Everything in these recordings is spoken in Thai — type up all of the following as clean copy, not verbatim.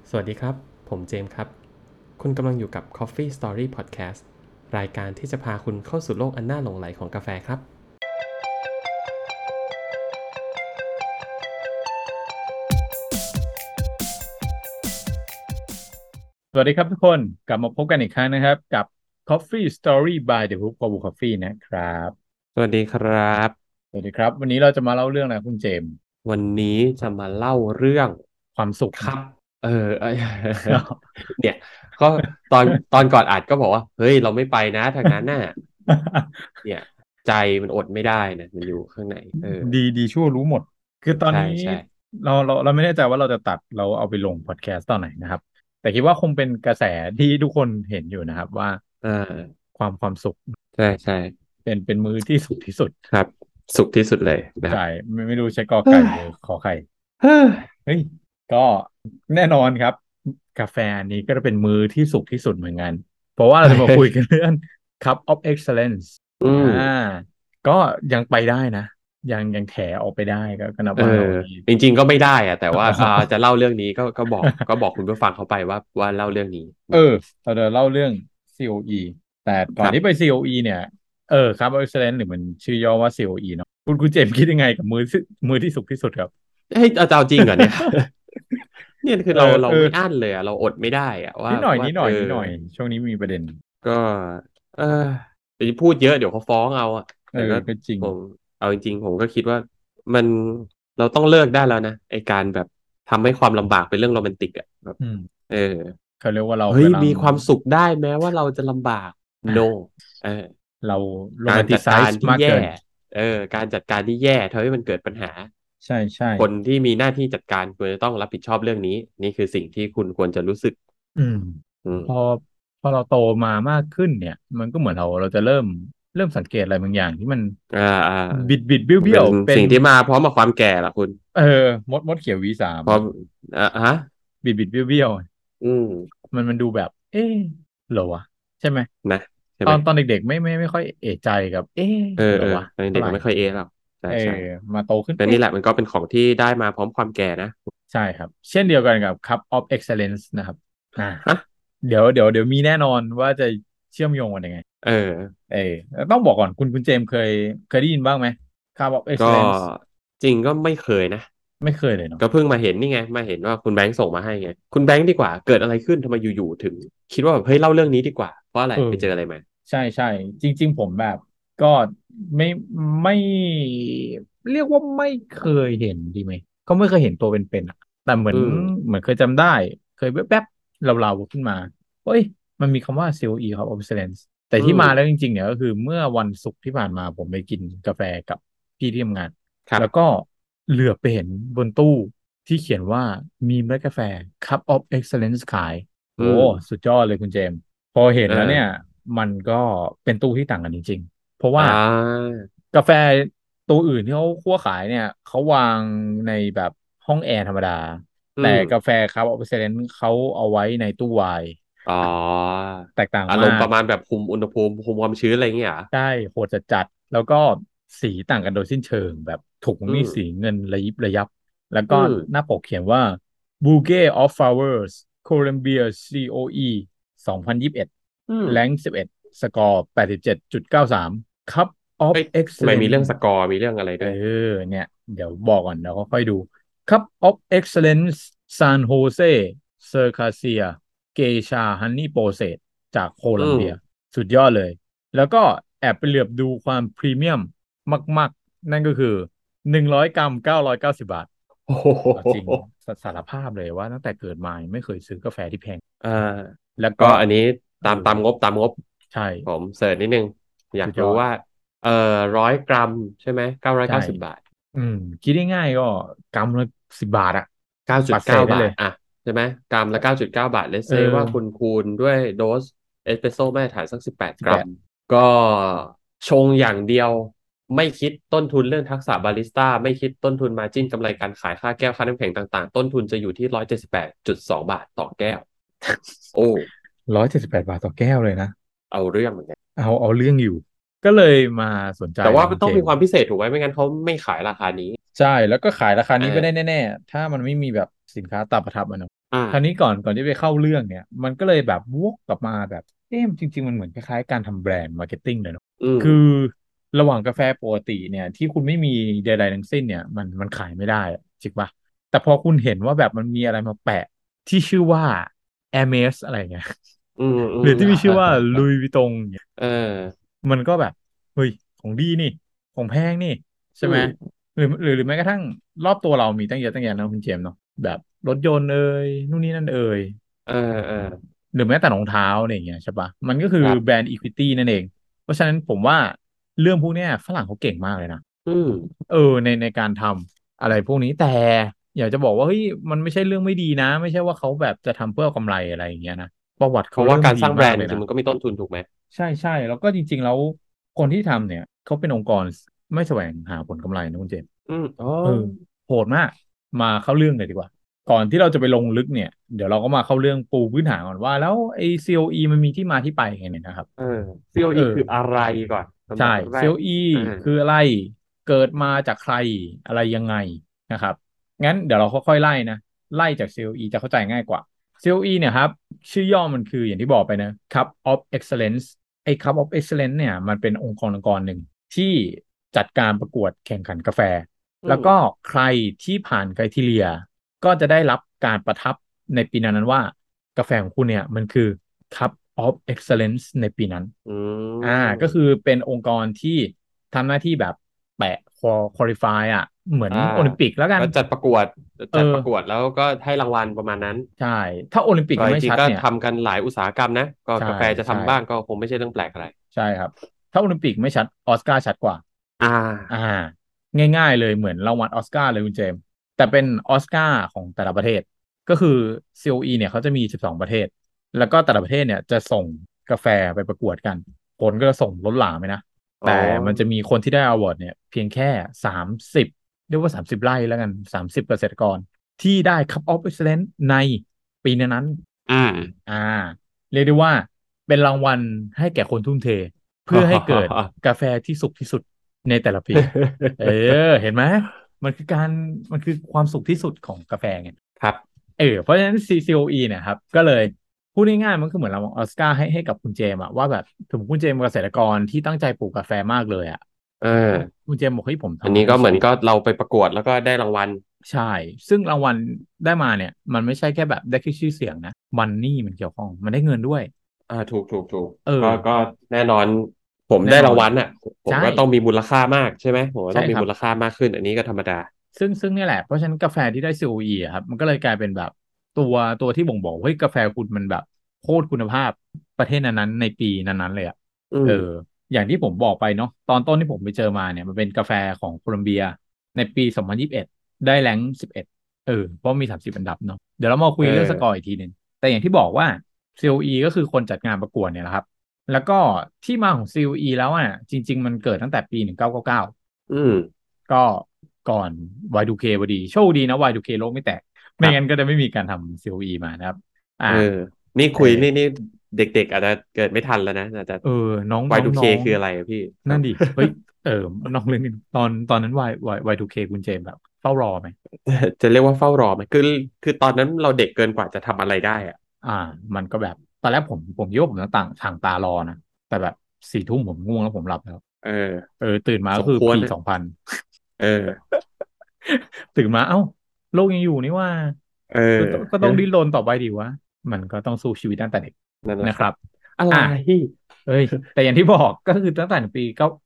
สวัสดีครับผมเจมส์ครับคุณกำลังอยู่กับ Coffee Story Podcast รายการที่จะพาคุณเข้าสู่โลกอันน่าหลงใหลของกาแฟครับสวัสดีครับทุกคนกลับมาพบกันอีกครั้งนะครับกับ Coffee Story by The Book of Coffee นะครับสวัสดีครับสวัสดีครับวันนี้เราจะมาเล่าเรื่องอะไรคุณเจมส์วันนี้จะมาเล่าเรื่องความสุขครับเออเออเนี่ยก็ตอนก่อนอัดก็บอกว่าเฮ้ยเราไม่ไปนะทางนั้นน่ะเนี่ยใจมันอดไม่ได้นะมันอยู่ข้างในดีชั่วรู้หมดคือตอนใช่นี้ใช่เราไม่แน่ใจว่าเราจะตัดเราเอาไปลงพอดแคสต์ตอนไหนนะครับแต่คิดว่าคงเป็นกระแสที่ทุกคนเห็นอยู่นะครับว่าอ่าความสุขใช่ใช่เป็นมือที่สุขที่สุดครับสุขที่สุดเลยนะคใช่รับไม่รู้ใช้กอเฮ้ไก่หรือยขอไข่เฮ้ยเฮ้ยก็แน่นอนครับกาแฟนี้ก็จะเป็นมือที่สุกที่สุดเหมือนกันเพราะว่าเราเฮ้จะมาคุยกันยเรื่อง Cup of Excellence อือ่ามก็ยังไปได้นะยังแถออกไปได้ก็นับเออว่าเราดีจริงๆก็ไม่ได้อะแต่ว่าจะเล่าเรื่องนี้ก็บอกคุณผู้ฟังเขาไปว่าเล่าเรื่องนี้เออเราจะเล่าเรื่อง COE แต่ก่อนที่ไปครับ COE เนี่ยCup of Excellence หรือมันชื่อย่อว่า COE เนาะคุณเจมส์คิดยังไงกับมือที่สุกที่สุดครับเฮ้ยเอาจริงเหรอเนี่ยเนี่ยคือเราเออไม่อั้นเลยอะเราอดไม่ได้อะว่านิดหน่อยว่านิดหน่อยนิดหน่อยช่วงนี้มีประเด็นก็เออแต่พูดเยอะเดี๋ยวเขาฟ้องเอาอะแต่ก็ก็จริงผมเอาจริงๆผมก็คิดว่ามันเราต้องเลิกได้แล้วนะไอการแบบทำให้ความลำบากเป็นเรื่องโรแมนติกอะแบบอืมเออเขาเรียกว่าเราเฮ้ยกำลังมีความสุขได้แม้ว่าเราจะลำบากอ่ะ no เออเราโรการแมนติไซจัดการส์ที่แย่มากเกินการจัดการที่แย่ทำให้มันเกิดปัญหาใช่คนที่มีหน้าที่จัดการควรจะต้องรับผิดชอบเรื่องนี้นี่คือสิ่งที่คุณควรจะรู้สึกอืมอืมพอพอเราโตมามากขึ้นเนี่ยมันก็เหมือนเราจะเริ่มสังเกตอะไรบางอย่างที่มันอ่าอ่าบิดเบี้ยวเป็นเป็นสิ่งที่มาพร้อมกับความแก่ล่ะคุณเออมดเขียววีสามพร้อมฮะบิดเบี้ยวอืมมันดูแบบเหรอวะใช่ไหมนะใช่ไหมตอนเด็กๆไม่ค่อยเอะใจกับเหรอวะตอนเท่าไหร่เด็กก็ไม่ค่อยเอะหรอกใช่เออใช่มาโตขึ้นแต่นี่แหละมันก็เป็นของที่ได้มาพร้อมความแก่นะใช่ครับเช่นเดียวกันกับ Cup of Excellence นะครับอ่าฮะเดี๋ยวมีแน่นอนว่าจะเชื่อมโยงกันยังไงเออเออต้องบอกก่อนคุณเจมส์เคยได้ยินบ้างไหม Cup of ก็ Excellence จริงก็ไม่เคยนะไม่เคยเลยเนาะก็เพิ่งมาเห็นนี่ไงมาเห็นว่าคุณแบงค์ส่งมาให้ไงคุณแบงค์ดีกว่าเกิดอะไรขึ้นทำไมอยู่ๆถึงคิดว่าแบบเฮ้ยเล่าเรื่องนี้ดีกว่าเพราะอะไรเออไปเจออะไรมาใช่จริงๆผมแบบก็ไม่ไม่เรียกว่าไม่เคยเห็นดีไหมก็ไม่เคยเห็นตัวเป็นๆอะแต่เหมือนอืมเหมือนเคยจำได้เคยแวบๆเราๆขึ้นมาเฮ้ยมันมีคำว่า COE ครับ of Excellence แต่อืมที่มาแล้วจริงๆเนี่ยก็คือเมื่อวันศุกร์ที่ผ่านมาผมไปกินกาแฟกับพี่ที่ทำงานแล้วก็ครับเหลือบไปเห็นบนตู้ที่เขียนว่ามีเมล็ดกาแฟ Cup of Excellence ขายโอ้อืมสุดยอดเลยคุณเจมส์พอเห็นเอแล้วเนี่ยอมันก็เป็นตู้ที่ต่างกันจริงๆเพราะว่าอ่ากาแฟตัวอื่นที่เขาคั่วขายเนี่ยเขาวางในแบบห้องแอร์ธรรมดาอืแต่มกาแฟคาร์บอนเปอร์เซ็นต์เขาเอาไว้ในตู้ไวน์อ๋อแตกต่างอารมากมณ์ประมาณแบบคุมอุณหภูมิคุมความชื้นอะไรอย่างเงี้ยเหรอใช่โหดจัดแล้วก็สีต่างกันโดยสิ้นเชิงแบบถุงอืมนี่สีเงินระยิบระยับแล้วก็อืมหน้าปกเขียนว่า Bouquet of Flowers Columbia COE 2021 อืมแรงค์11สกอร์87.93 Cup of เฮ้ยทำไมมี Excellence เรื่องสกอร์มีเรื่องอะไรเออด้วยเนี่ยเดี๋ยวบอกก่อนเดี๋ยวค่อยๆดู Cup of Excellence San Jose Circassia Geisha Honey Process จากโคอืมลัมเบียสุดยอดเลย แล้วก็แอบไปเหลือบดูความพรีเมียมมากๆนั่นก็คือ100 กรัม990 บาทโอ้โเอาจริงหสารภาพเลยว่าตั้งแต่เกิดมาไม่เคยซื้อกาแฟที่แพงอ่าแล้วก็ก็อันนี้เออตามงบใช่ผมเสิร์ชนิดนึงอยาสุดยอดกรู้ว่าเอ่อ100 กรัมใช่ไหมใช่ 990 บาทอืมคิดง่ายๆก็กรัมละ10 บาทอะเก้าจุปัดเก้าดเศษได้เลยบาทอ่ะใช่ไหมกรัมละ9.9 บาทเล s เอเซว่าคุณอคูณด้วยโดสเอสเปรสโซ่มาตรฐานสัก18 กรัมแปดก็ชงอย่างเดียวไม่คิดต้นทุนเรื่องทักษะบาริสต้าไม่คิดต้นทุนมาจิ้นกำไรการขายค่าแก้วค่าน้ำแข็งต่างๆต้นทุนจะอยู่ที่178.2 บาทต่อแก้วโอ้ 178 บาทต่อแก้วเลยนะเอาเรื่องเหมือนกันเอาเรื่องอยู่ก็เลยมาสนใจแต่ว่าเลยคุณต้องมีเจมส์ความพิเศษถูกไหมไม่งั้นเขาไม่ขายราคานี้ใช่แล้วก็ขายราคาเอนี้ไม่ได้อแน่ๆถ้ามันไม่มีแบบสินค้าตาประทับมันเนอะคราวนี้อ่าก่อนที่ไปเข้าเรื่องเนี่ยมันก็เลยแบบวกกลับมาแบบจริงๆมันเหมือนคล้ายๆการทำแบรนด์มาร์เก็ตติ้งเลยเนาะอืมคือระหว่างกาแฟปกติเนี่ยที่คุณไม่มีใดๆทั้งสิ้นเนี่ยมันขายไม่ได้อะจริงปะแต่พอคุณเห็นว่าแบบมันมีอะไรมาแปะที่ชื่อว่า Hermes อะไรเงี้ยอืมอืหรืมอที่มีชื่อว่าลุยวิตงเนี่ยเออมันก็แบบเฮ้ยของดีนี่ของแพงนี่ใช่ไหมอืมหรือแม้กระทั่งรอบตัวเรามีตั้งเยอะตั้งแยะนะคุณเจมส์เนาะแบบรถยนต์นู่นนี่นั่นเออเออหรือแม้แต่รองเท้าอะไรอย่างเงี้ยใช่ปะมันก็คือครับแบรนด์อีควิตี้นั่นเองเพราะฉะนั้นผมว่าเรื่องพวกเนี้ยฝรั่งเขาเก่งมากเลยนะอืมเออในการทำอะไรพวกนี้แต่อยากจะบอกว่าเฮ้ยมันไม่ใช่เรื่องไม่ดีนะไม่ใช่ว่าเขาแบบจะทำเพื่อกำไรอะไรอย่างเงี้ยนะประวัติเพราะว่าเขาเริ่มดีการสร้างแบรมากเลยนะนด์จริงๆมันก็มีต้นทุนถูกไหมใช่แล้วก็จริงๆแล้วคนที่ทำเนี่ยเขาเป็นองค์กรไม่แสวงหาผลกำไรนะคุณเจมส์อืมอ๋อเออโหดมากมาเข้าเรื่องเลยดีกว่าก่อนที่เราจะไปลงลึกเนี่ยเดี๋ยวเราก็มาเข้าเรื่องปูพื้นฐานก่อนว่าแล้วไอ้ COE มันมีที่มาที่ไปยังไงเนี่ยนะครับเออเอ COE อคืออะไรก่อนลำใช่ดับแรก COE อ่าคืออะไรเกิดมาจากใครอะไรยังไงนะครับงั้นเดี๋ยวเราค่อยๆไล่นะไล่จาก COE จะเข้าใจง่ายกว่า COE เนี่ยครับชื่อย่อมันคืออย่างที่บอกไปนะ Cup of Excellence ไอ้ Cup of Excellence เนี่ยมันเป็นองค์กรหนึ่งที่จัดการประกวดแข่งขันกาแฟอืมแล้วก็ใครที่ผ่านไครทีเรียก็จะได้รับการประทับในปีนั้นว่ากาแฟของคุณเนี่ยมันคือ Cup of Excellence ในปีนั้นอือ่าก็คือมเป็นองค์กรที่ทำหน้าที่แบบแปะควอลิฟายอ่ะเหมือนอ่าโอลิมปิกแล้วกันก็จัดประกวดเออจัดประกวดแล้วก็ให้รางวัลประมาณนั้นใช่ถ้าโอลิมปิกยังก็จริงๆก็ไม่ชัดเนี่ยทำกันหลายอุตสาหกรรมนะก็ใช่กาแฟจะใช่ทำบ้างก็คงไม่ใช่เรื่องแปลกอะไรใช่ครับถ้าโอลิมปิกไม่ชัดออสการ์ชัดกว่าอ่อ่าาง่ายๆเลยเหมือนรางวัลออสการ์เลยคุณเจมส์แต่เป็นออสการ์ของแต่ละประเทศก็คือ COE เนี่ยเขาจะมี12ประเทศแล้วก็แต่ละประเทศเนี่ยจะส่งกาแฟไปประกวดกันผลก็จะส่งล้นหลามเลยนะอ๋อแต่มันจะมีคนที่ได้อวอร์ดเนี่ยเพียงแค่30เรียกว่า30 ไร่แล้วกัน30 เกษตรกรที่ได้ Cup of Excellence ในปีนั้นอืมๆเรียกได้ว่าเป็นรางวัลให้แก่คนทุ่มเทเพื่อให้เกิดกาแฟที่สุกที่สุดในแต่ละปีเออเห็นไหมมันคือการมันคือความสุขที่สุดของกาแฟไงครับเพราะฉะนั้น CCOE เนี่ยครับก็เลยพูดง่ายๆมันคือเหมือนรางวัลออสการ์ให้กับคุณเจมส์อะว่าแบบถึงคุณเจมส์เป็นเกษตรกรที่ตั้งใจปลูกกาแฟมากเลยอะเออคุณเจมส์บอกเฮ้ยผมอันทำมานี้ก็เหมือนทั้งชีวิตก็เราไปประกวดแล้วก็ได้รางวัลใช่ซึ่งรางวัลได้มาเนี่ยมันไม่ใช่แค่แบบได้แค่ชื่อเสียงนะมันนี่มันเกี่ยวข้องมันได้เงินด้วยถูกเออก็แน่นอนผมได้แน่นอนรางวัลอ่ะผมใช่ก็ต้องมีมูลค่ามากใช่ไหมผมก็ต้องมีใช่ครับมูลค่ามากขึ้นอันนี้ก็ธรรมดาซึ่งเนี่ยแหละเพราะฉะนั้นกาแฟที่ได้ COE ออะครับมันก็เลยกลายเป็นแบบตัวที่บ่งบอกเฮ้ยกาแฟคุณมันแบบโคตรคุณภาพประเทศนั้นๆในปีนั้นๆเลยอ่ะเอออืมอย่างที่ผมบอกไปเนาะตอนต้นที่ผมไปเจอมาเนี่ยมันเป็นกาแฟของโคลอมเบียในปี2021ได้แรงค์11เพราะมี30 อันดับเนาะเดี๋ยวเรามาคุเอยเรื่องสกอร์ออีกทีหนึ่งแต่อย่างที่บอกว่า COE ก็คือคนจัดงานประกวดเนี่ยแหละครับแล้วก็ที่มาของ COE แล้วอ่ะจริงๆมันเกิดตั้งแต่ปี1999 อืมก็ก่อน Y2K พอดีโชคดีนะ Y2K โลกไม่แตกคไม่งั้นก็รับจะไม่มีการทำ COE มานะครับอ่าเออนี่เออคุยนี่เด็กๆอาจจะเกิดไม่ทันแล้วนะอาจจะเออน้องน้องน้ Y2K องคืออะไรอะพี่ครับนั่นดิเฮ้ยเออน้องเรื่องนึงตอนนั้น Y2K คุณเจมส์แบบเฝ้ารอไหมจะเรียกว่าเฝ้ารอไหมคือตอนนั้นเราเด็กเกินกว่าจะทำอะไรได้อ่ะอ่ามันก็แบบตอนแรกผมคิดว่าผมจะต่างตารอนะแต่แบบ4 ทุ่มผมง่วงแล้วผมหลับแล้วเออตื่นมาสก็คือปีมควรนะ 2000 เออตื่นมาเอ้าโลกยังอยู่นี่ว่าเออก็ต้องดิ้นรนต่อไปดีวะมันก็ต้องสู้ชีวิตตั้งแต่เด็กนั่นแหละครับนะครับอะไรอ่ะเอ้ยแต่อย่างที่บอกก็คือตั้งแต่ปี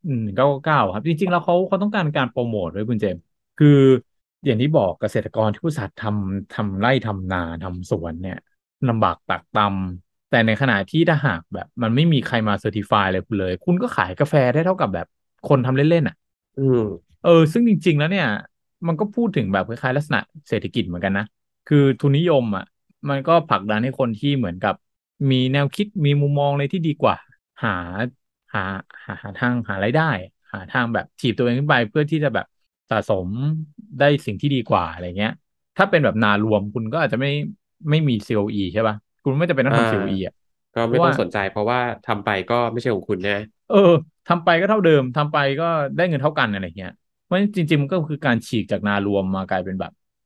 1999ครับจริงๆแล้วเขาต้องการโปรโมทไว้คุณเจมส์คืออย่างที่บอกเกษตรกรที่ผู้สัตว์ทำไร่ทำนาทำสวนเนี่ยลำบากตากตำแต่ในขณะที่ถ้าหากแบบมันไม่มีใครมาเซอร์ติฟายเลยคุณเลยคุณก็ขายกาแฟได้เท่ากับแบบคนทำเล่นๆอ่ะอืมซึ่งจริงๆแล้วเนี่ยมันก็พูดถึงแบบคล้ายๆลักษณะเศรษฐกิจเหมือนกันนะคือทุนนิยมอ่ะมันก็ผลักดันให้คนที่เหมือนกับมีแนวคิดมีมุมมองอะไรที่ดีกว่าหาหาหาทางหารายได้หาทางแบบถีบตัวเองขึ้นไปเพื่อที่จะแบบสะสมได้สิ่งที่ดีกว่าอะไรเงี้ยถ้าเป็นแบบนารวมคุณก็อาจจะไม่มี COE ใช่ป่ะคุณไม่จำเป็นต้ออ่างทำ COE ออีอ่ะก็เพราะว่าไม่ต้องสนใจเพราะว่าทำไปก็ไม่ใช่ของคุณนะเออทำไปก็เท่าเดิมทำไปก็ได้เงินเท่ากันอะไรเงี้ยเพราะฉะนั้นจริงๆมันก็คือการฉีกจากนารวมมากลายเป็นแบบ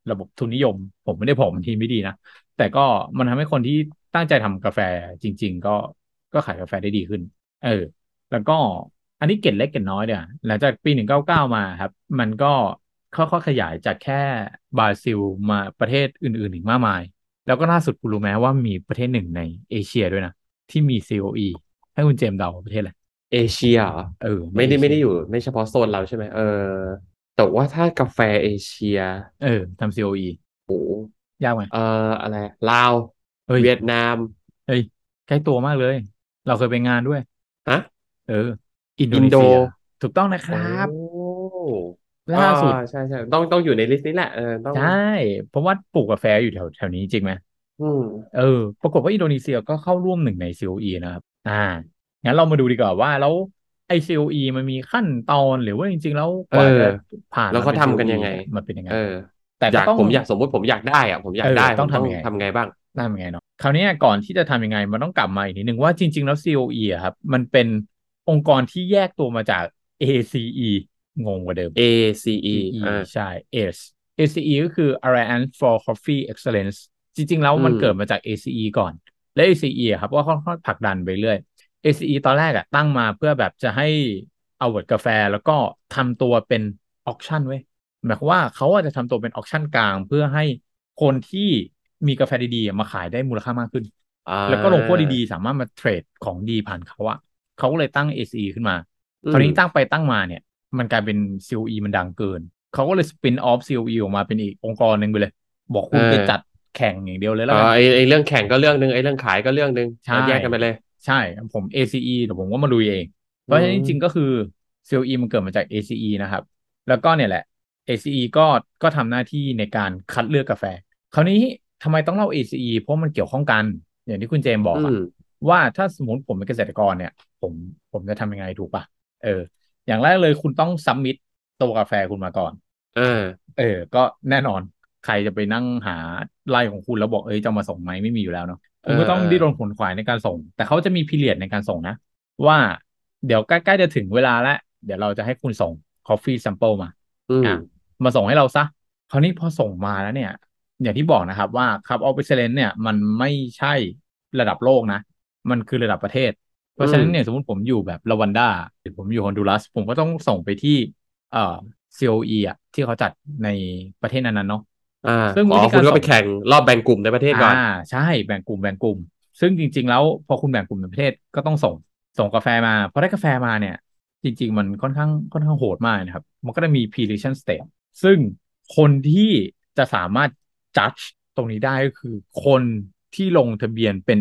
ระบบทุนนิยมผมไม่ได้บอกมันทีไม่ดีนะแต่ก็มันทำให้คนที่ตั้งใจทำกาแฟจริงๆก็ขายกาแฟได้ดีขึ้นเออแล้วก็อันนี้เกร็ดเล็กเกร็ดน้อยเนี่ยหลังจากปี1999มาครับมันก็ค่อยๆขยายจากแค่บราซิลมาประเทศอื่นๆอีกมากมายแล้วก็ล่าสุดคุณรู้ไหมว่ามีประเทศหนึ่งในเอเชียด้วยนะที่มี COE ให้คุณเจมส์เดาประเทศอะไรเอเชียเหรอเออในไม่เอเชียได้ไม่ได้อยู่ไม่เฉพาะโซนเราใช่ไหมแต่ว่าถ้ากาแฟเอเชียเออทำ COE โอ้ยากไหมเอ่ออะไรลาวเฮ้ยเวียดนามเฮ้ยใกล้ตัวมากเลยเราเคยไปงานด้วยฮะเอออินโดอินโดนีเซียถูกต้องนะคโอ้รับก็ล่าสุดใช่ใช่ต้องอยู่ในลิสต์นี้แหละต้องใช่เพราะว่าปลูกกาแฟอยู่แถวนี้จริงไหมอืมเออปรากฏว่าอินโดนีเซียก็เข้าร่วมหนึ่งใน COE นะครับงั้นเรามาดูดีกว่าว่าแล้วไอ COE มันมีขั้นตอนหรือว่าจริงๆแล้วเออกว่าจะผ่านแล้วเขามาเป็นทำกัน COE ยังไงเนี่ยมันเป็นยังไงเออแต่ก็ต้องผมอยากสมมติผมอยากได้อะผมอเออยากได้ผมต้องต้องทำยังไงทำไงบ้างทำยังไงเนาะคราวเนี้ยก่อนที่จะทำยังไงมันต้องกลับมาอีกนิดนึงว่าจริงๆแล้ว COE อะครับมันเป็นองค์กรที่แยกตัวมาจาก ACE งงกว่าเดิม ACE CE อ่าใช่ ACE ACE ก็คือ Alliance for Coffee Excellence จริงๆแล้วอืมมันเกิดมาจาก ACE ก่อนและ ACE อะครับก็ค่อยๆผลักดันไปเรื่อย ACE ตอนแรกอะตั้งมาเพื่อแบบจะให้เอากาแฟแล้วก็ทำตัวเป็นออคชั่นไว้ย หมายความว่าเขาอาจจะทำตัวเป็นออคชั่นกลางเพื่อให้คนที่มีกาแฟดีๆมาขายได้มูลค่ามากขึ้นอ่แล้วก็โลโก้าดีๆสามารถมาเทรดของดีผ่านเขาอะเขาก็เลยตั้ง ACE ขึ้นมาอืมคราวนี้ตั้งไปตั้งมาเนี่ยมันกลายเป็น COE มันดังเกินเขาก็เลยสปินออฟ COE ออกมาเป็นอีกองค์กรหนึ่งไปเลยบอกเอคุณไปจัดอแข่งอย่างเดียวเลยแล้วกันไอเรื่องแข่งก็เรื่องหนึ่งไอเรื่องขายก็เรื่องหนึ่งใช่แยกกันไปเลยใช่ผม ACE เดี๋ยวผมก็มาลุยเองเพอืราะฉะนั้นจริงๆก็มคือ COE มันเกิดมาจาก ACE นะครับแล้วก็เนี่ยแหละ ACE ก็ทำหน้าที่ในการคัดเลือกกาแฟคราวนี้ทำไมต้องเล่า ACE เพราะมันเกี่ยวข้องกันอย่างที่คุณเจมส์บอกอะอืมว่าถ้าสมมติผมเป็นเกษตรกรเนี่ยผมผมจะทำยังไงถูกปะเอออย่างแรกเลยคุณต้องซับมิตตัวกาแฟคุณมาก่อนอ่าเออก็แน่นอนใครจะไปนั่งหาไล่ของคุณแล้วบอกเอ้ยจะเอามาส่งไหมไม่มีอยู่แล้วเนาะคุณก็ต้องเออดิ้นรนขนขวายในการส่งแต่เขาจะมีพีเรียดในการส่งนะว่าเดี๋ยวใกล้ๆจะถึงเวลาแล้วเดี๋ยวเราจะให้คุณส่ง Coffee Sample มาอืมอ่ะมาส่งให้เราซะคราวนี้พอส่งมาแล้วเนี่ยอย่างที่บอกนะครับว่า Cup of Excellence เนี่ยมันไม่ใช่ระดับโลกนะมันคือระดับประเทศเพอืมราะฉะนั้นเนี่ยสมมติผมอยู่แบบรวันดาหรือผมอยู่ฮอนดูรัสผมก็ต้องส่งไปที่เอ่อ COE อ่ะที่เขาจัดในประเทศนั้นๆเนาะอ่าซึ่งอ๋อคุณวิธีการส่งก็ไปแข่งรอบแบ่งกลุ่มในประเทศอ่าก่อนใช่แบ่งกลุ่มซึ่งจริงๆแล้วพอคุณแบ่งกลุ่มในประเทศก็ต้องส่งกาแฟมาพอได้กาแฟมาเนี่ยจริงๆมันค่อนข้างโหดมากนะครับมันก็จะมี precision state ซึ่งคนที่จะสามารถ judge ตรงนี้ได้ก็คือคนที่ลงทะเบียนเป็น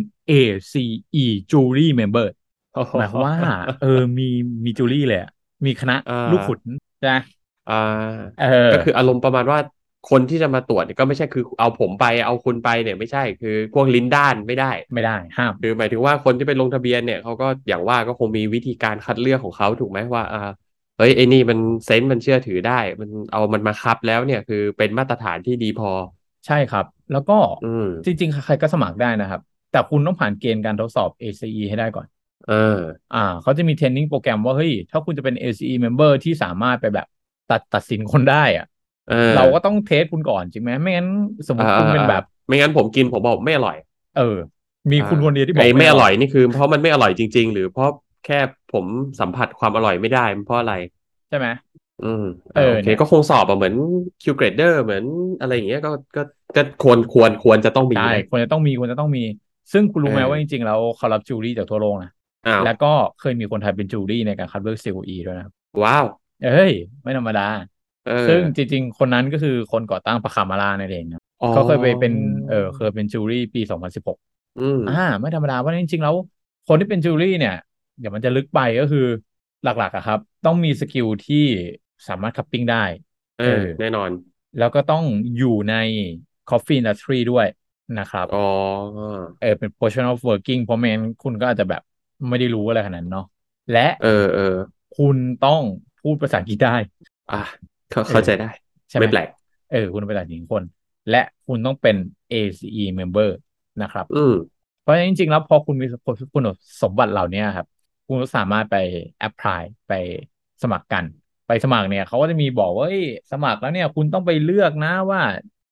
ACE Jury Member โอ้โหหมายความว่าเออมีมีจูรี่เลยอะมีคณะอ่ลูกขุนาใช่ไหมอ่าเออก็คืออารมณ์ประมาณว่าคนที่จะมาตรวจเนี่ยก็ไม่ใช่คือเอาผมไปเอาคุณไปเนี่ยไม่ใช่คือพวกลิ้นด้านไม่ได้ไม่ได้ห้ามคือหมายถึงว่าคนที่ไปลงทะเบียนเนี่ยเขาก็อย่างว่าก็คงมีวิธีการคัดเลือกของเขาถูกไหมว่าเฮ้ยไอ้นี่มันเซนส์มันเชื่อถือได้มันเอามันมาคับแล้วเนี่ยคือเป็นมาตรฐานที่ดีพอใช่ครับแล้วก็อืมจริงๆใครๆก็สมัครได้นะครับแต่คุณต้องผ่านเกณฑ์การทดสอบ ACE ให้ได้ก่อนเออเขาจะมีเทรนนิ่งโปรแกรมว่าเฮ้ยถ้าคุณจะเป็น ACE member ที่สามารถไปแบบตัดสินคนได้อะเออเราก็ต้องเทสคุณก่อนจริงไหมไม่งั้นสมมติเออเออเออคุณเป็นแบบไม่งั้นผมกินผมบอกไม่อร่อยเออมีอ่าคุณคนเดียวที่บไอ้อกไม่อร่อยไม่อร่อยนี่คือเพราะมันไม่อร่อยจริงๆหรือเพราะแค่ผมสัมผัสความอร่อยไม่ได้มันเพราะอะไรใช่ไหมอืมเออโอเคเนี่ยก็คงสอบอะเหมือน Q grader เหมือนอะไรอย่างเงี้ยก็ควรจะต้องมีใช่นะควรจะต้องมีซึ่งคุณเอรู้ไหมว่าจอริงๆแล้วเขารับจูรี่จากทั่วโลกนะอ้าวแล้วก็เคยมีคนไทยเป็นจูรี่ในการคัดเลือก COE ด้วยนะครับว้าวเอ้ยไม่ธรรมดาเอซึ่งจอริงๆคนนั้นก็คือคนก่อตั้งปะคามาร่านั่นเองนะอ๋อเขาเคยไปเป็นเคยเป็นจูรี่ปี2016 อืมอ่าไม่ธรรมดาเพราะฉะนั้นจริงๆแล้วคนที่เป็นจูรี่เนี่ยเดี๋ยวมันจะลึกไปก็คือหลักๆอะครับต้องมีสกิลที่สามารถคัพปิ้งได้เออเออแน่นอนแล้วก็ต้องอยู่ใน Coffee Industry ด้วยนะครับอ๋อเป็น portion of working เพราะไม่งั้นคุณก็อาจจะแบบไม่ได้รู้อะไรขนาดนั้นเนาะและเออเออคุณต้องพูดภาษาอังกฤษได้อ่ะเขาเออเข้าใจได้ใช่ไหมไม่แปลกคุณเป็นภาษาอังกฤษคนและคุณต้องเป็น ACE member นะครับอืมเพราะฉะนั้นจริงๆแล้วพอคุณมีคุณสมบัติเหล่านี้ครับคุณก็สามารถไป apply ไปสมัครกันไปสมัครเนี่ยเขาก็จะมีบอกว่าเอ้ยสมัครแล้วเนี่ยคุณต้องไปเลือกนะว่า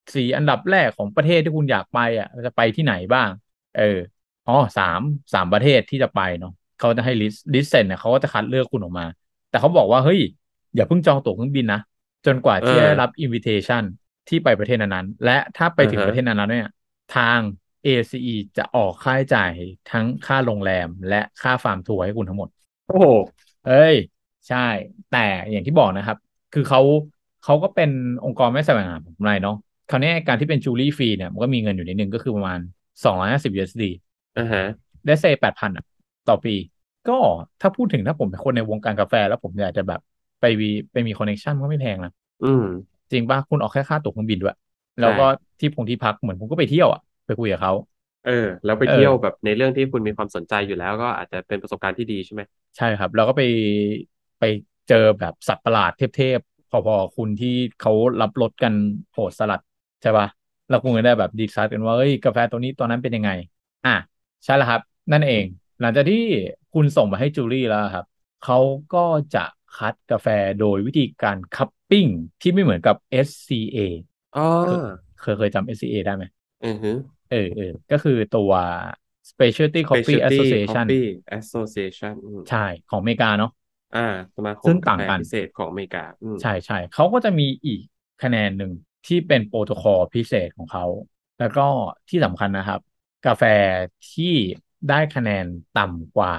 4 อันดับแรกของประเทศที่คุณอยากไปอ่ะจะไปที่ไหนบ้างเอออ๋อสามประเทศที่จะไปเนาะเขาจะให้ลิสต์เสร็จเนี่ยเขาก็จะคัดเลือกคุณออกมาแต่เขาบอกว่าเฮ้ยอย่าเพิ่งจองตั๋วเครื่องบินนะจนกว่าเอที่จะได้รับออินวิเทชันที่ไปประเทศนั้นๆและถ้าไปอ่าฮะถึงประเทศนั้นๆเนี่ยทาง ACE จะออกค่าใช้จ่ายทั้งค่าโรงแรมและค่าฟาร์มทัวร์ให้คุณทั้งหมดโอ้โหเอ้ยใช่แต่อย่างที่บอกนะครับคือเขาก็เป็นองค์กรไม่แสวงหาผลกำไรเนาะคราวนี้การที่เป็นจูลี่ฟรีเนี่ยมันก็มีเงินอยู่นิดนึงก็คือประมาณ250 USD อ่าฮะได้เซ8,000อ่ะต่อปีก็ถ้าพูดถึงถ้าผมเป็นคนในวงการกาแฟแล้วผมอยากจะแบบไปมีคอนเนคชันก็ไม่แพงนะอืมจริงป่ะคุณออกแค่ค่าตั๋วเครื่องบินด้วยแล้วใช่ก็ที่พักเหมือนผมก็ไปเที่ยวอ่ะไปคุยกับเขาเออแล้วไปเออเที่ยวแบบในเรื่องที่คุณมีความสนใจอยู่แล้วก็อาจจะเป็นประสบการณ์ที่ดีใช่ไหมใช่ครับแล้วก็ไปเจอแบบสัตว์ประหลาดเทพๆพอคุณที่เขารับรสกันโหดสลัดใช่ป่ะแล้วคุณก็ได้แบบดีไซน์กันว่าเอ้ยกาแฟตัวนี้ตอนนั้นเป็นยังไงอ่ะใช่แล้วครับนั่นเองหลังจากที่คุณส่งมาให้จูลี่แล้วครับเขาก็จะคัดกาแฟโดยวิธีการคัพปิ้งที่ไม่เหมือนกับ SCA อ๋อเคยเคยจำ SCA ได้ไหมอือฮึเออก็คือตัว Specialty Coffee Specialty Association Coffee Association อืมใช่ของอเมริกาเนาะอ่าสมาคมซึ่งกาแฟต่างกันพิเศษของอเมริกาอืมใช่เขาก็จะมีอีกคะแนนหนึ่งที่เป็นโปรโตคอลพิเศษของเขาแล้วก็ที่สำคัญนะครับกาแฟที่ได้คะแนนต่ำกว่า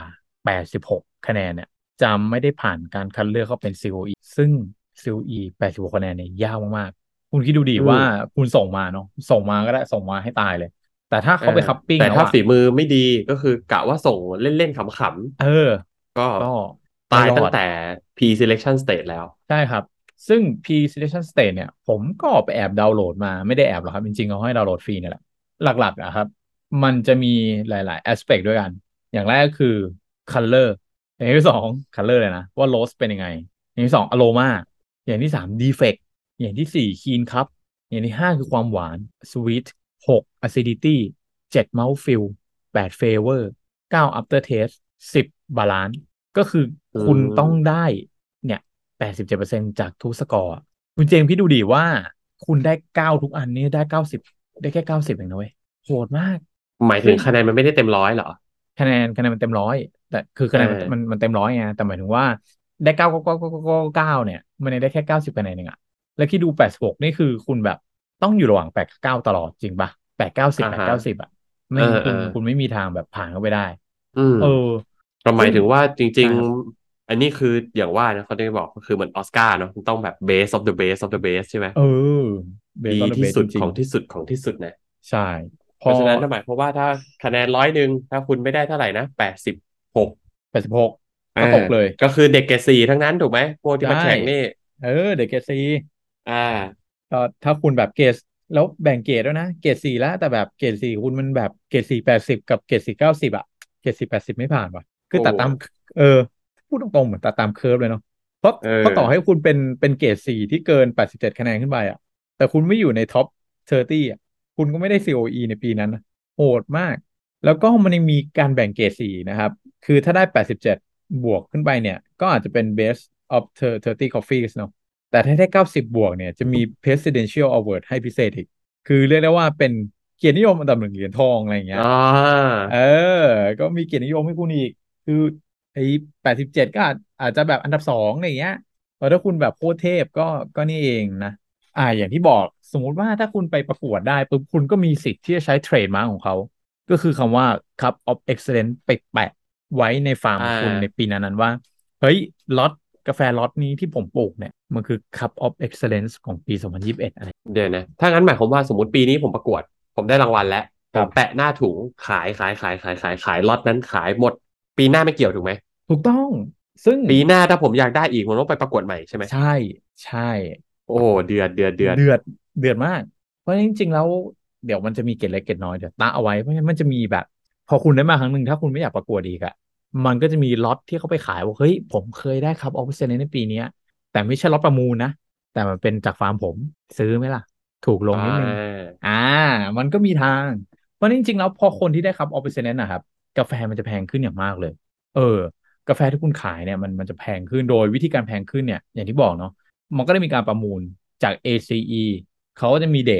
86คะแนนเนี่ยจะไม่ได้ผ่านการคัดเลือกเข้าเป็น COE ซึ่ง COE 86คะแนนเนี่ยยากมากๆคุณคิดดูดีอืมว่าคุณส่งมาเนาะส่งมาก็ได้ส่งมาให้ตายเลยแต่ถ้าเออเขาไปคัพปิ้งแต่แล้วอะถ้าฝีมือไม่ดีก็คือกะว่าส่งเล่นๆขเออำๆก็ก็ตาไม่รอดยตั้งแต่ pre-selection stage แล้วใช่ครับ ซึ่ง P Selection State เนี่ยผมก็ไปแอบดาวน์โหลดมาไม่ได้แอบหรอกครับจริงๆเขาให้ดาวน์โหลดฟรีนี่แหละหลักๆอะครับมันจะมีหลายๆ aspect ด้วยกันอย่างแรกก็คือ color อย่างที่สอง color เลยนะว่า rose เป็นยังไงอย่างที่สอง aroma อย่างที่สาม defect อย่างที่สี่ clean cup อย่างที่ห้าคือความหวาน sweet 6 acidity 7 mouthfeel 8 flavor 9 aftertaste 10 balance ก็คืออืคุณต้องมได้เนี่ย87%จากทุกสกอร์อะคุณเจมส์พี่ดูดิว่าคุณได้9ทุกอันนี้ได้90ได้แค่90เองนะเว้ยโหดมากหมายถึซึ่งงคะแนนมันไม่ได้เต็มร้อยเหรอคะแนนมันเต็มร้อยแต่คือเอคะแนนมันอเต็มร้อยไงแต่หมายถึงว่าได้9เนี่ยมันยังได้แค่90 คะแนนเองอะแล้วที่ดู86นี่คือคุณแบบต้องอยู่ระหว่าง8 กับ 9ตลอดจริงปะ8 90 อ่าฮะ 8 90อะเออไม่งั้นเออคุณไม่มีทางแบบผ่านเข้าไปได้อืมเออก็หมาซึ่งยถึงว่าจริงใช่ครับๆอันนี้คืออย่างว่านะเขาได้บอกก็คือเหมือนออสการ์เนาะมันต้องแบบ base of the base of the base ใช่ไหมเออเบสอดีอนเดอะเบที่สุดขสจริงองที่สุดของที่สุดนะๆใช่พอเพราะฉะนั้นนั่นหมายความว่าถ้าคะแนน100ถ้าคุณไม่ได้เท่าไหร่นะ86 86 อ่าก็ตกเลยก็คือเด็กเกรดสี่ทั้งนั้นถูกไหมพวกที่ใช่มาแข่งนี่เออเด็กเกรดซีอ่าก็ถ้าคุณแบบเกรดแล้วแบ่งเกรดด้วยนะเกรดสี่แล้วแต่แบบเกรดสี่คุณมันแบบเกรดสี่80กับเกรดสี่90อะเกรดสี่80ไม่ผ่านว่ะคือโอ้ตัดตามเออพูดตรงๆเหมือนตัดตามเคอร์ฟเลยเนาะเพราะต่อให้เออคุณเป็นเกรดสี่ที่เกิน87 คะแนนขึ้นไปอะแต่คุณไม่อยู่ในท็อป30อะคุณก็ไม่ได้ COE ในปีนั้นนะโหดมากแล้วก็มันยังมีการแบ่งเกรดสี่นะครับ คือถ้าได้87บวกขึ้นไปเนี่ยก็อาจจะเป็น best of 30 coffees เนาะแต่ถ้าได้90บวกเนี่ยจะมี presidential award ให้พิเศษอีกคือเรียกได้ว่าเป็นเกียรตินิยมอันดับหนึ่งเหรียญทองอะไรอย่างเงี้อ่ยาเออก็มีเกียรตินิยมให้คุณอีกคือไอ้87ก็อาจจะแบบอันดับสองอะไรอย่างเงี้ยแล้วถ้าคุณแบบโคตรเทพก็นี่เองนะอย่างที่บอกสมมุติว่าถ้าคุณไปประกวดได้ปุ๊บคุณก็มีสิทธิ์ที่จะใช้เทรดมาร์กของเขาก็คือคำว่า Cup of Excellence ไปแปะ ไว้ในฟาร์มอ่ของคุณในาปีนั้นว่าเฮ้ยล็อตกาแฟล็อตนี้ที่ผมปลูกเนี่ยมันคือ Cup of Excellence ของปี2021อะไรเดี๋ยวนะถ้างั้นหมายความว่าสมมติปีนี้ผมประกวดผมได้รางวัลแล้วครับผมแปะหน้าถุงขายล็อตนั้นขายหมดปีหน้าไม่เกี่ยวถูกไหมถูกต้องซึ่งปีหน้าถ้าผมอยากได้อีกผมต้องไปประกวดใหม่ใช่ไหมใช่ใช่โอ้เดือดเดือดเดือดมากเพราะจริงๆแล้วเดี๋ยวมันจะมีเกร็ดเล็กเกร็ดน้อยเดี๋ยวตะเอาไว้เพราะฉะนั้นมันจะมีแบบพอคุณได้มาครั้งหนึ่งถ้าคุณไม่อยากประกวดอีกอะมันก็จะมีล็อตที่เขาไปขายว่าเฮ้ยผมเคยได้ครับออฟเซนในปีเนี้ยแต่ไม่ใช่ล็อตประมูลนะแต่มันเป็นจากฟาร์มผมซื้อไหมล่ะถูกลงอ่นิดนึงาอ่ามันก็มีทางเพราะจริงๆแล้วพอคนที่ได้ครับออฟเซนนะครับกาแฟมันจะแพงขึ้นอย่างมากเลยเออกาแฟที่คุณขายเนี่ยมันจะแพงขึ้นโดยวิธีการแพงขึ้นเนี่ยอย่างที่บอกเนาะ มันก็ได้มีการประมูลจาก ACE เขาก็จะมีเดท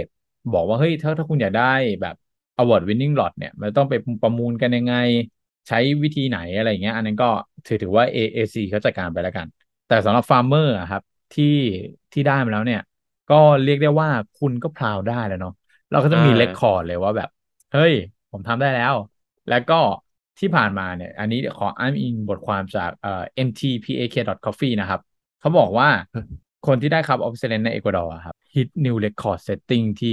บอกว่าเฮ้ยถ้าคุณอยากได้แบบ award winning lot เนี่ยมันต้องไปประมูลกันยังไงใช้วิธีไหนอะไรเงี้ยอันนั้นก็ถือว่า AAC เขาจัดการไปแล้วกันแต่สำหรับฟาร์มเมอร์อะครับที่ที่ได้มาแล้วเนี่ยก็เรียกได้ว่าคุณก็พราวได้แล้วเนาะเราก็จะอ่มีเรคคอาร์ดเลยว่าแบบเฮ้ยผมทำได้แล้วแล้วก็ที่ผ่านมาเนี่ยอันนี้ขออ้างอิงบทความจากmtpak.coffee นะครับ เขาบอกว่าคนที่ได้ครับออฟเซเลนในเอกวาดอร์ครับฮิตนิวเรคคอร์ดเซตติ้งที่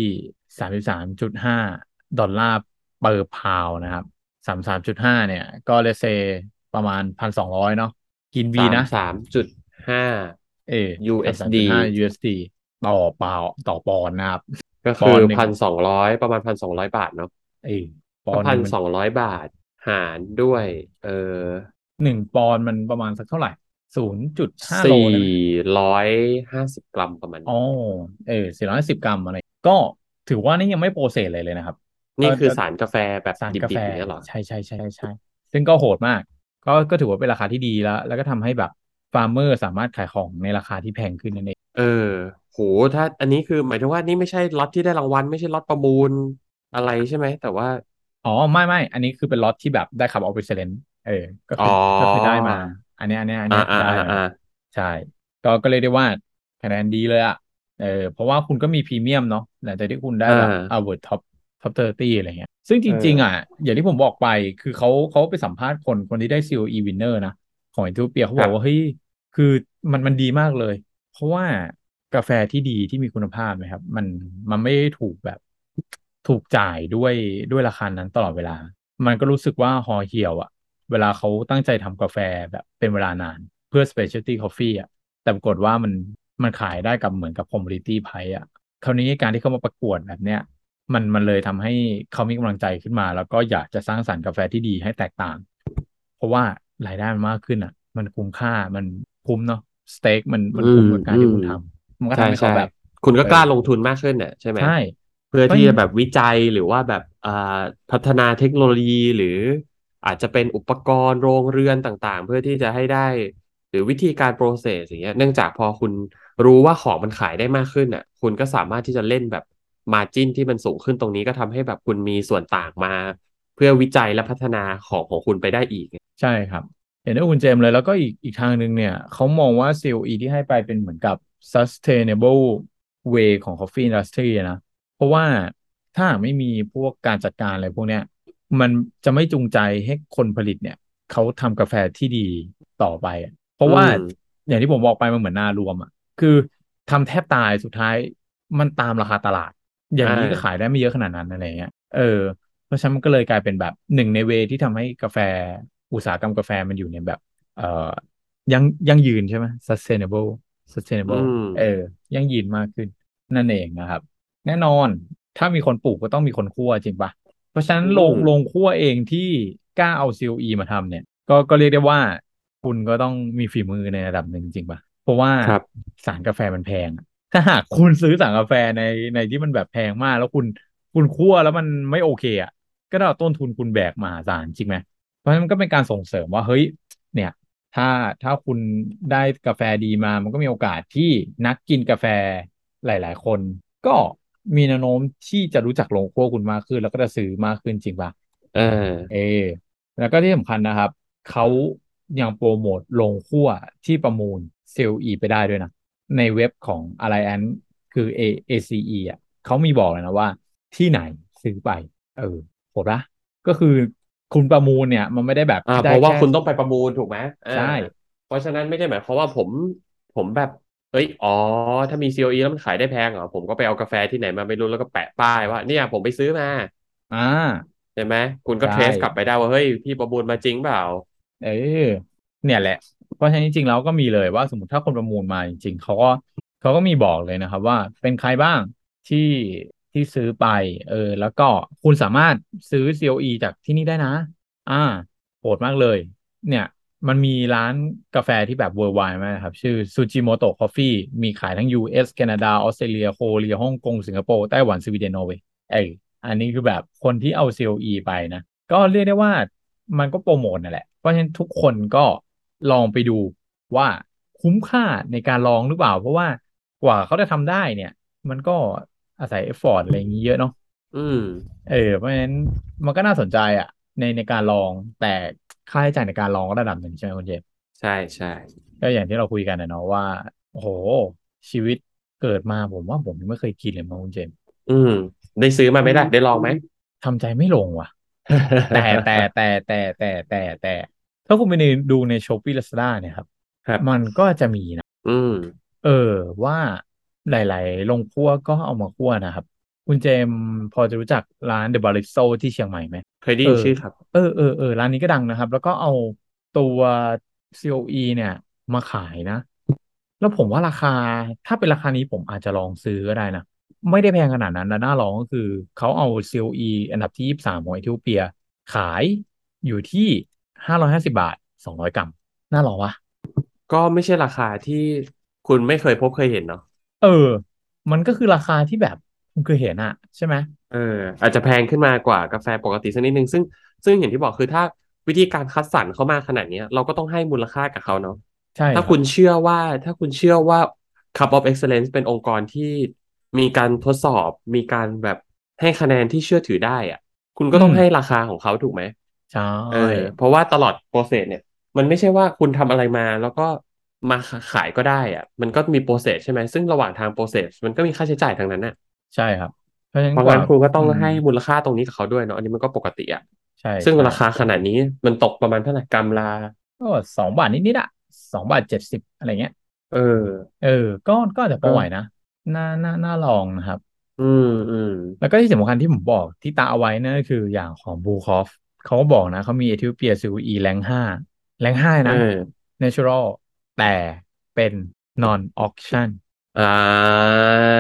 33.5 ดอลลาร์เปอร์พาวนะครับ33.5เนี่ยก็เลเซประมาณ1,200เนาะกินบีนะ 33.5 เออ33.5 USD USD ต่อเปล่าต่อปอนด์นะครับก็คือปอนด์หนึ่ง 1,200ประมาณ1,200 บาทเนาะเออปอก็พันด์หนึ่งมันนสองร้อยบาทหารด้วยเออ 1 ปอนด์มันประมาณสักเท่าไหร่0.5 โลสี่ได้ไหม 450 กรัมประมาณอ๋อนี้ 410 กรัมอะไรก็ถือว่านี่ยังไม่โปรเซสเลยนะครับก็นี่คือสารกาแฟแบบสารกาแฟดิบๆอย่างเงี้ยเหรอใช่ซึ่งก็โหดมากก็ถือว่าเป็นราคาที่ดีแล้วก็ทำให้แบบฟาร์มเมอร์สามารถขายของในราคาที่แพงขึ้นนั่นเองเออโหถ้าอันนี้คือหมายถึงว่านี่ไม่ใช่ล็อตที่ได้รางวัลไม่ใช่ล็อตประมูลอะไรใช่ไหมแต่ว่าอ๋อไม่อันนี้คือเป็นล็อตที่แบบได้ขับออฟฟิศเซนเออก็อ๋อคือก็คือได้มาอันเนี้ยคือได้แล้วใช่ก็เลยกได้ว่าคะแนนดีเลยอ่ะเพราะว่าคุณก็มีพรีเมียมเนาะหลังจากที่คุณได้อ่แบบา Award Top 30อะไรเงี้ยซึ่งจเอริงๆอ่ะออย่างที่ผมบอกไปคือเขาไปสัมภาษณ์คนที่ได้ COE Winner นะของ Ethiopia เขาครับบอกว่าเฮ้ยคือมันดีมากเลยเพราะว่ากาแฟที่ดีที่มีคุณภาพนะครับมันไม่ได้ถูกแบบถูกจ่ายด้วยราคานั้นตลอดเวลา มันก็รู้สึกว่าฮอเหี่ยวอ่ะเวลาเขาตั้งใจทำกาแฟแบบเป็นเวลานานเพื่อ specialty coffee อ่ะแต่ปรากฏว่ามันขายได้กับเหมือนกับ commodity price อ่ะคราวนี้การที่เขามาประกวดแบบเนี้ยมันเลยทำให้เขามีกำลังใจขึ้นมาแล้วก็อยากจะสร้างสรรค์กาแฟที่ดีให้แตกต่างเพราะว่ารายได้มันมากขึ้นอ่ะมันคุ้มค่ามันคุ้มเนาะสเต็กมันอืมคุ้มกับการอืมที่คุณทำมันก็ใช่ใช่ทำให้เขาแบบคุณก็เออกล้าลงทุนมากขึ้นน่ะใช่ไหมใช่เพื่อเพราะฉะนั้นที่จะแบบวิจัยหรือว่าแบบพัฒนาเทคโนโลยีหรืออาจจะเป็นอุปกรณ์โรงเรือนต่างๆเพื่อที่จะให้ได้หรือวิธีการ process อย่างเงี้ยเนื่องจากพอคุณรู้ว่าของมันขายได้มากขึ้นน่ะคุณก็สามารถที่จะเล่นแบบ margin ที่มันสูงขึ้นตรงนี้ก็ทำให้แบบคุณมีส่วนต่างมาเพื่อวิจัยและพัฒนาของคุณไปได้อีกใช่ครับเห็นด้วยคุณเจมส์เลยแล้วก็อีกทางหนึ่งเนี่ยเขามองว่า COE ที่ให้ไปเป็นเหมือนกับ sustainable way ของ coffee industry นะเพราะว่าถ้าหากไม่มีพวกการจัดการอะไรพวกเนี้ยมันจะไม่จูงใจให้คนผลิตเนี่ยเขาทำกาแฟที่ดีต่อไปอะเพราะว่าอืมอย่างที่ผมบอกไปมันเหมือนนารวมอ่ะคือทำแทบตายสุดท้ายมันตามราคาตลาดอย่าอ่งนี้ก็ขายาได้ไม่เยอะขนาดนั้นอะไรเงี้ยเพราะฉะนั้นมันก็เลยกลายเป็นแบบหนึ่งในเวที่ทำให้กาแฟอุตสาหกรรมกาแฟมันอยู่ในแบบเอ่อยั่งยืนใช่ไหมอื sustainable มเออยั่งยืนมากขึ้นนั่นเองนะครับแน่นอนถ้ามีคนปลูกก็ต้องมีคนคั่วจริงปะเพราะฉะนั้นอืมโรงคั่วเองที่กล้าเอา COE มาทำเนี่ยก็เรียกได้ว่าคุณก็ต้องมีฝีมือในระดับหนึ่งจริงปะเพราะว่าครับสารกาแฟมันแพงอะถ้าหากคุณซื้อสารกาแฟในที่มันแบบแพงมากแล้วคุณคั่วแล้วมันไม่โอเคอ่ะ ก็ได้ต้นทุนคุณแบกมหาศาลจริงไหมเพราะฉะนั้นมันก็เป็นการส่งเสริมว่าเฮ้ยเนี่ยถ้าถ้าคุณได้กาแฟดีมามันก็มีโอกาสที่นักกินกาแฟหลายๆคนก็มีแนวโน้มที่จะรู้จักโรงคั่วคุณมากขึ้นแล้วก็จะซื้อมากขึ้นจริงป่ะเออเออแล้วก็ที่สำคัญนะครับเขายังโปรโมทโรงคั่วที่ประมูลเซลล์อีไปได้ด้วยนะในเว็บของ Alliance คือ ACE อ่ะเขามีบอกเลยนะว่าที่ไหนซื้อไปเออ โหดปะก็คือคุณประมูลเนี่ยมันไม่ได้แบบเพราะว่าได้แค่คุณต้องไปประมูลถูกไหมใช่เพราะฉะนั้นไม่ได้หมายความว่าผมแบบเอ้ยอ๋อถ้ามี COE แล้วมันขายได้แพงเหรอผมก็ไปเอากาแฟที่ไหนมาไม่รู้แล้วก็แปะป้ายว่าเนี่ยผมไปซื้อมาอ่าใช่ไหมคุณก็ใช่เทรสกลับไปได้ว่าเฮ้ยพี่ประมูลมาจริงเปล่าเออเนี่ยแหละเพราะฉะนั้นจริงๆแล้วก็มีเลยว่าสมมติถ้าคนประมูลมาจริงๆเขาก็มีบอกเลยนะครับว่าเป็นใครบ้างที่ที่ซื้อไปแล้วก็คุณสามารถซื้อ COE จากที่นี่ได้นะอ่าโหดมากเลยเนี่ยมันมีร้านกาแฟที่แบบ worldwide มากนะครับชื่อ Sujimoto Coffee มีขายทั้ง US แคนาดาออสเตรเลียโคเรียฮ่องกงสิงคโปร์ไต้หวันสวีเดนนอร์เวย์อันนี้คือแบบคนที่เอา COE ไปนะ ก็เรียกได้ว่ามันก็โปรโมทนั่นแหละเพราะฉะนั้นทุกคนก็ลองไปดูว่าคุ้มค่าในการลองหรือเปล่าเพราะว่ากว่าเขาจะทำได้เนี่ยมันก็อาศัยเอฟฟอร์ตอะไรอย่างนี้เยอะเนาะอืมเพราะฉะนั้นมันก็น่าสนใจอ่ะในการลองแต่ค่าใช้จ่ายในการลองก็ระดับหนึ่งใช่ไหมคุณเจมส์ใช่ใช่ก็อย่างที่เราคุยกันนะเนาะว่าโอ้โหชีวิตเกิดมาผมว่าผมยังไม่เคยกินเลยมั้งคุณเจมส์อืมได้ซื้อมาไหมล่ะได้ลองไหมทำใจไม่ลงว่ะแต่ถ้าคุณไปดูใน Shopee Lazada เนี่ยครับครับมันก็จะมีนะอืมเออว่าหลายๆโรงคั่วก็เอามาคั่วนะครับคุณเจมส์พอจะรู้จักร้าน The Baristo ที่เชียงใหม่ไหมเคยได้เออยินชื่อครับร้านนี้ก็ดังนะครับแล้วก็เอาตัว COE เนี่ยมาขายนะแล้วผมว่าราคาถ้าเป็นราคานี้ผมอาจจะลองซื้อก็ได้นะไม่ได้แพงขนาดนั้นนะน่าลองก็คือเขาเอา COE อันดับที่23ของเอธิโอเปียขายอยู่ที่550 บาท200 กรัมน่าลองวะก็ไม่ใช่ราคาที่คุณไม่เคยพบเคยเห็นเนาะเออมันก็คือราคาที่แบบคุณเคยเห็นอะใช่ไหมเอออาจจะแพงขึ้นมากว่ากาแฟปกติสักนิดนึงซึ่งอย่างที่บอกคือถ้าวิธีการคัดสรรเขามาขนาดเนี้ยเราก็ต้องให้มูลค่ากับเขาเนาะใช่ครับถ้าคุณเชื่อว่าถ้าคุณเชื่อว่า Cup of Excellence เป็นองค์กรที่มีการทดสอบมีการแบบให้คะแนนที่เชื่อถือได้อ่ะคุณก็อืมต้องให้ราคาของเขาถูกไหมใช่เออเพราะว่าตลอดโปรเซสเนี่ยมันไม่ใช่ว่าคุณทำอะไรมาแล้วก็มาขายก็ได้อะมันก็มีโปรเซสใช่ไหมซึ่งระหว่างทางโปรเซสมันก็มีค่าใช้จ่ายทางนั้นน่ะใช่ครับเพราะฉะนั้เพราะนกว่างั้นคุณก็ต้ออืมงให้มูลค่าตรงนี้กับเขาด้วยเนาะอันนี้มันก็ปกติอ่ะใช่ใช่ซึ่งราคาขนาดนี้มันตกประมาณเท่าไหร่กำละก็2 บาทนิดๆอะ2 บาท 70อะไรเงี้ยเออเออก็อาจจะพอก็ไหวนะน่าลองนะครับอืมอืมแล้วก็ที่สำคัญที่ผมบอกที่ตาเอาไว้นั่นก็คืออย่างของบูคอฟเขาก็บอกนะเขามีเอธิโอเปียซีอีแรงห้าเอนะอ natural แต่เป็น non auction อ่า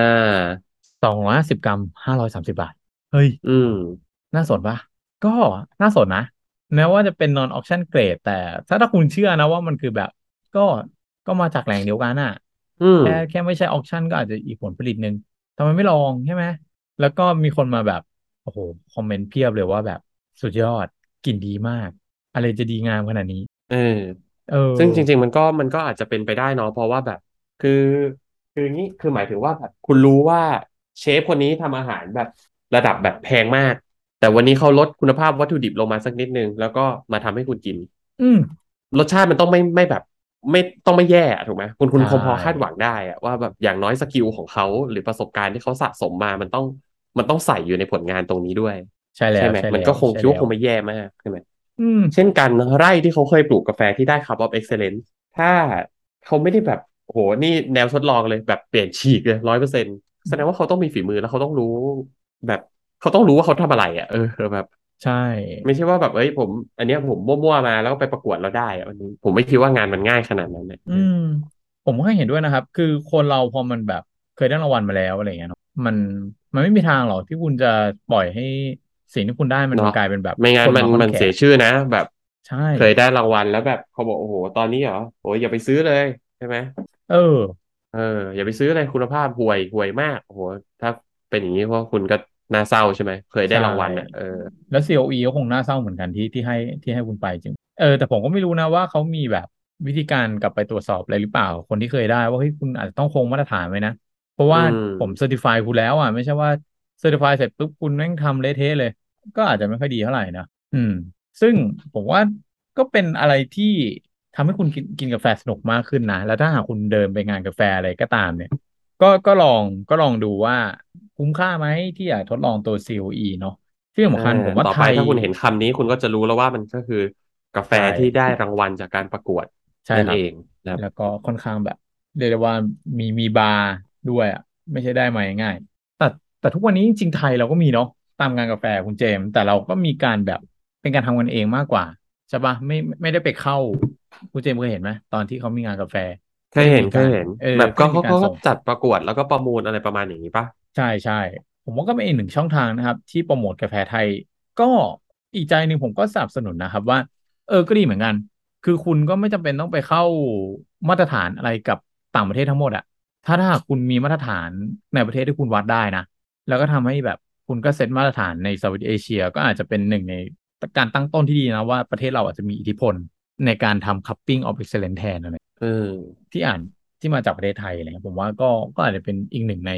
250 กรัม530 บาทเฮ้ยอืมน่าสนปะก็น่าสนนะแม้ว่าจะเป็น non auction grade แต่ถ้าคุณเชื่อนะว่ามันคือแบบก็ก็มาจากแหล่งเดียวกันน่ะอืมแค่ไม่ใช่ auction ก็อาจจะอีกผลผลิตหนึ่งทำไมไม่ลองใช่ไหมแล้วก็มีคนมาแบบโอ้โหคอมเมนต์เพียบเลยว่าแบบสุดยอดกลิ่นดีมากอะไรจะดีงามขนาดนี้เออเอซึ่งจริงอๆมันก็อาจจะเป็นไปได้เนาะเพราะว่าแบบคือคืองี้คือหมายถึงว่าแบบคุณรู้ว่าเชฟคนนี้ทำอาหารแบบระดับแบบแพงมากแต่วันนี้เขาลดคุณภาพวัตถุดิบลงมาสักนิดนึงแล้วก็มาทำให้คุณกินอืมรสชาติมันต้องไม่แบบไม่ต้องไม่แย่อะถูกไหมคุณใช่คงพอคาดหวังได้อะว่าแบบอย่างน้อยสกิลของเขาหรือประสบการณ์ที่เขาสะสมมามันต้องใส่อยู่ในผลงานตรงนี้ด้วยใช่แล้ใช่ไหมวใช่แล้วมันก็คงใช่แล้วคิดว่าคงไม่แย่มากใช่ไหมอืมเช่นกันไร่ที่เขาเคยปลูกกาแฟที่ได้ Cup of Excellence ถ้าเขาไม่ได้แบบโอ้โหนี่แนวทดลองเลยแบบเปลี่ยนฉีกเลย100%แสดงว่าเขาต้องมีฝีมือแล้วเขาต้องรู้แบบเขาต้องรู้ว่าเขาทำอะไรอ่ะแบบใช่ไม่ใช่ว่าแบบเอ้ยผมอันเนี้ยผมมั่วๆมาแล้วก็ไปประกวดแล้วได้อะผมไม่คิดว่างานมันง่ายขนาดนั้นเลยอืมผมก็เห็นด้วยนะครับ คือคนเราพอมันแบบเคยได้รางวัลมาแล้วอะไรเงี้ยเนาะมันไม่มีทางหรอกที่คุณจะปล่อยให้สิ่งที่คุณได้มันเนาะกลายเป็นแบบไม่งั้คนนมันมันมาค้อนแขะเสียชื่อนะแบบใช่เคยได้รางวัลแล้วแบบเขาบอกโอ้โหตอนนี้เหรอโอ้ยอย่าไปซื้อเลยใช่ไหมเออเอออย่าไปซื้อเลยคุณภาพห่วยมากโอ้โหถ้าเป็นอย่างนี้เพราะคุณก็น่าเศร้าใช่ไหมเคยได้ใช่รางวัลอ่ะแล้ว COE ก็คงน่าเศร้าเหมือนกันที่ให้คุณไปจริงแต่ผมก็ไม่รู้นะว่าเขามีแบบวิธีการกลับไปตรวจสอบอะไรหรือเปล่าคนที่เคยได้ว่าเฮ้ยคุณอาจจะต้องคงมาตรฐานไว้นะเพราะอืว่ามผมเซอร์ติฟายคุณแล้วอ่ะไม่ใช่ว่าเซอร์ติฟายเสร็จปุ๊บคุณแม่งทำเละเทะเลยก็อาจจะไม่ค่อยดีเท่าไหร่นะอืมซึ่งผมว่าก็เป็นอะไรที่ทำให้คุณกินกาแฟสนุกมากขึ้นนะแล้วถ้าหากคุณเดินไปงานกาแฟอะไรก็ตามเนี่ย ก็ลองดูว่าคุ้มค่าไหมที่อยากทดลองตัว COE เนาะที่เออสำคัญผมว่าไทยต่อไปถ้าคุณเห็นคำนี้คุณก็จะรู้แล้วว่ามันก็คือกาแฟใช่ที่ได้รางวัลจากการประกวดใช่ครับนั่นเองนะครับแล้วก็ค่อนข้างแบบเรียกได้ว่ามีบาร์ด้วยอ่ะไม่ใช่ได้มาง่ายๆแต่ทุกวันนี้จริงๆไทยเราก็มีเนาะตามงานกาแฟคุณเจมส์แต่เราก็มีการแบบเป็นการทำกันเองมากกว่าใช่ปะไม่ได้ไปเข้าคุณเจมส์เคยเห็นไหมตอนที่เขามีงานกาแฟเคยเห็ก็จะมีการนเคยเห็นแบบก็จะมีการก็เขาก็ส่งจัดประกวดแล้วก็ประมูลอะไรประมาณอย่างนี้ป่ะใช่ผมว่าก็เป็นอีกหนึ่งช่องทางนะครับที่โปรโมทกาแฟไทยก็อีกใจหนึ่งผมก็สนับสนุนนะครับว่าก็ดีเหมือนกันคือคุณก็ไม่จำเป็นต้องไปเข้ามาตรฐานอะไรกับต่างประเทศทั้งหมดอะถ้าหากคุณมีมาตรฐานในประเทศที่คุณวัดได้นะแล้วก็ทำให้แบบคุณก็เซตมาตรฐานในเซาท์อีสต์เอเชียก็อาจจะเป็นหนึ่งในการตั้งต้นที่ดีนะว่าประเทศเราอาจจะมีอิทธิพลในการทำ cupping of excellence แทนอะไรเออที่อ่านที่มาจากประเทศไทยอะไรเงี้ยผมว่าก็อาจจะเป็นอีกหนึ่งใน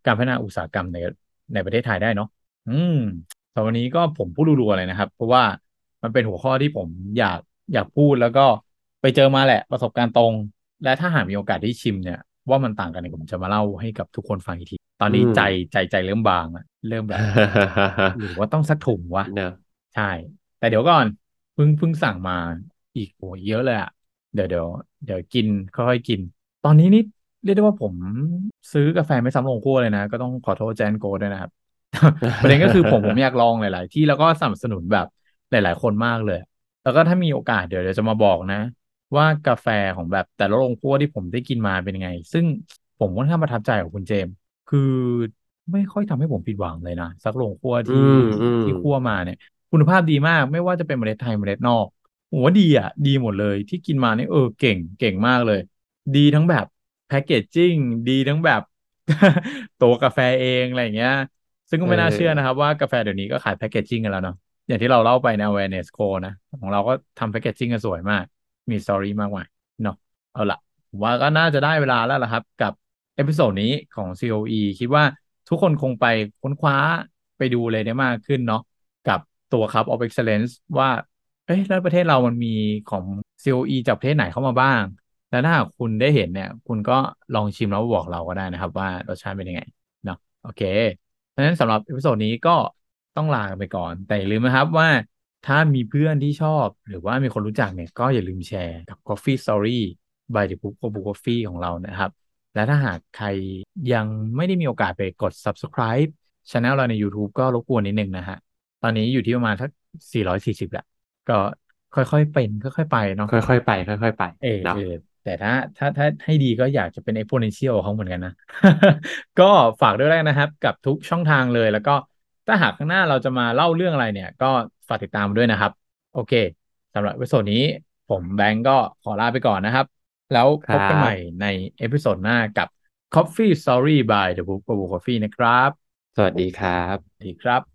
การพัฒนาอุตสาหกรรมในประเทศไทยได้เนาะอืมแต่วันนี้ก็ผมพูดรัวๆเลยนะครับเพราะว่ามันเป็นหัวข้อที่ผมอยากอยากพูดแล้วก็ไปเจอมาแหละประสบการณ์ตรงและถ้าหากมีโอกาสได้ชิมเนี่ยว่ามันต่างกันเนี่ยผมจะมาเล่าให้กับทุกคนฟังอีกทีตอนอืนี้มใจเริ่มบางอะเริ่มแบบหรือว่าต้องสักถุงวะเนอะใช่แต่เดี๋ยวก่อนเพิ่งสั่งมาอีกโหเยอะเลยอะเดี๋ยวกินค่อยๆกินตอนนี้นี่เรียกได้ว่าผมซื้อกาแฟไม่ซ้ำโรงคั่วเลยนะก็ต้องขอโทษแจนโกด้วยนะครับประเด็นก็คือผมอยากลองหลายๆที่แล้วก็สนับสนุนแบบหลายๆคนมากเลยแล้วก็ถ้ามีโอกาสเดี๋ยวจะมาบอกนะว่ากาแฟของแบบแต่ละโรงคั่วที่ผมได้กินมาเป็นยังไงซึ่งผมค่อนข้างประทับใจกับคุณเจมส์คือไม่ค่อยทำให้ผมผิดหวังเลยนะสักโรงคั่วอืที่มอืมที่คั่วมาเนี่ย คุณภาพดีมากไม่ว่าจะเป็นเมล็ดไทยเมล็ดนอกผมว่าดีอ่ะดีหมดเลยที่กินมานี่เก่งมากเลยดีทั้งแบบแพคเกจจิ้งดีทั้งแบบตัวกาแฟเองอะไรอย่างเงี้ยซึ่งก็เอไม่น่าเชื่อนะคอรับว่ากาแฟเดี๋ยวนี้ก็ขายแพคเกจจิ้งกันแล้วเนาะอย่างที่เราเล่าไปใน awareness call นะของเราก็ทำแพคเกจจิ้งกันสวยมากมีสตอรี่มากมายเนาะเอาล่ะผมว่าก็น่าจะได้เวลาแล้วล่ะครับกับเอพิโซดนี้ของ COE คิดว่าทุกคนคงไปค้นคว้าไปดูเลยได้มากขึ้นเนาะ กับตัว Cup of Excellence ว่าเอ้ยแล้วประเทศเรามันมีของ COE จากประเทศไหนเข้ามาบ้าง แล้วถ้าหากคุณได้เห็นเนี่ยคุณก็ลองชิมแล้วบอกเราก็ได้นะครับว่ารสชาติเป็นยังไงเนาะโอเคเพราะฉะนั้นสำหรับเอพิโซดนี้ก็ต้องลากันไปก่อน แต่อย่าลืมนะครับว่าถ้ามีเพื่อนที่ชอบหรือว่ามีคนรู้จักเนี่ยก็อย่าลืมแชร์กับ Coffee Story by The Book of Book Coffee ของเรานะครับและถ้าหากใครยังไม่ได้มีโอกาสไปกด subscribe channel เราใน YouTube ก็รบกวนนิดนึงนะฮะ ตอนนี้อยู่ที่ประมาณสัก440แหละก็ค่อยๆเป็นค่อยๆไปเนาะค่อยๆไปค่อยๆไปเอเนาะอแต่ถ้าให้ดีก็อยากจะเป็น exponential ของเขาเหมือนกันนะก็ฝากด้วยแล้วกันนะครับกับทุกช่องทางเลยแล้วก็ถ้าหากข้างหน้าเราจะมาเล่าเรื่องอะไรเนี่ยก็ฝากติดตามด้วยนะครับโอเคสำหรับเอพิโซดนี้ผมแบงก์ก็ขอลาไปก่อนนะครับแล้วครัพบกันใหม่บในเอพิโซดหน้ากับ Coffee Story by The Book of Coffee นะครับสวัสดีครับสวัสดีครับ